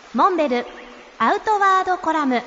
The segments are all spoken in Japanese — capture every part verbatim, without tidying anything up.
モンベルアウトワードコラム。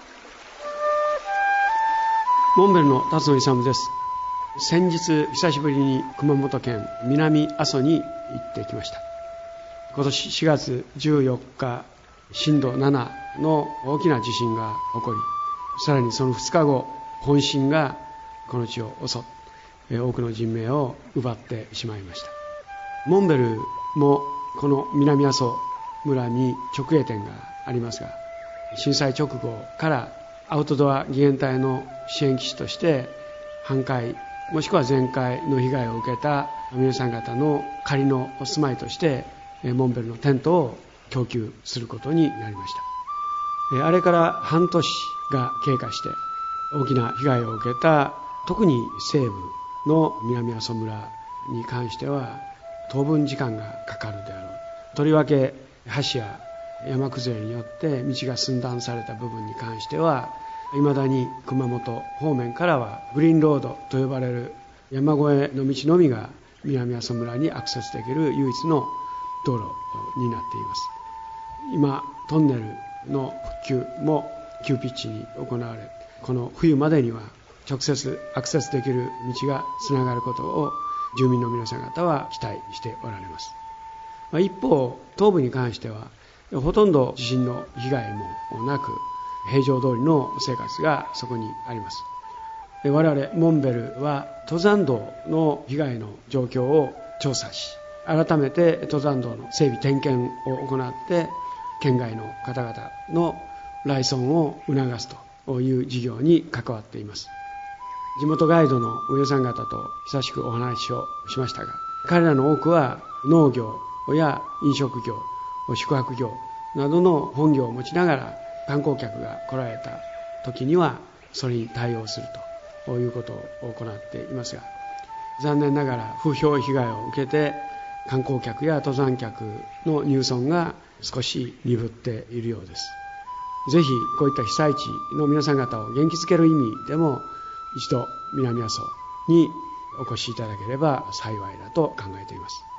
モンベルの辰野勇です。先日久しぶりに熊本県南阿蘇に行ってきました。今年しがつじゅうよっか、震度ななの大きな地震が起こり、さらにそのふつかご、本震がこの地を襲って多くの人命を奪ってしまいました。モンベルもこの南阿蘇村に直営店がありますが、震災直後からアウトドア義援隊の支援基地として半壊もしくは全壊の被害を受けた皆さん方の仮のお住まいとしてモンベルのテントを供給することになりました。あれから半年が経過して大きな被害を受けた特に西部の南阿蘇村に関しては当分時間がかかるであろう。とりわけ橋や山崩れによって道が寸断された部分に関しては、未だに熊本方面からはグリーンロードと呼ばれる山越えの道のみが南阿蘇村にアクセスできる唯一の道路になっています。今トンネルの復旧も急ピッチに行われ、この冬までには直接アクセスできる道がつながることを住民の皆さん方は期待しておられます。一方、東部に関してはほとんど地震の被害もなく平常通りの生活がそこにあります。我々モンベルは登山道の被害の状況を調査し、改めて登山道の整備点検を行って県外の方々の来村を促すという事業に関わっています。地元ガイドの皆さん方と久しくお話をしましたが、彼らの多くは農業や飲食業、宿泊業などの本業を持ちながら観光客が来られた時にはそれに対応するということを行っていますが、残念ながら風評被害を受けて観光客や登山客の入村が少し鈍っているようです。ぜひこういった被災地の皆さん方を元気づける意味でも一度南阿蘇にお越しいただければ幸いだと考えています。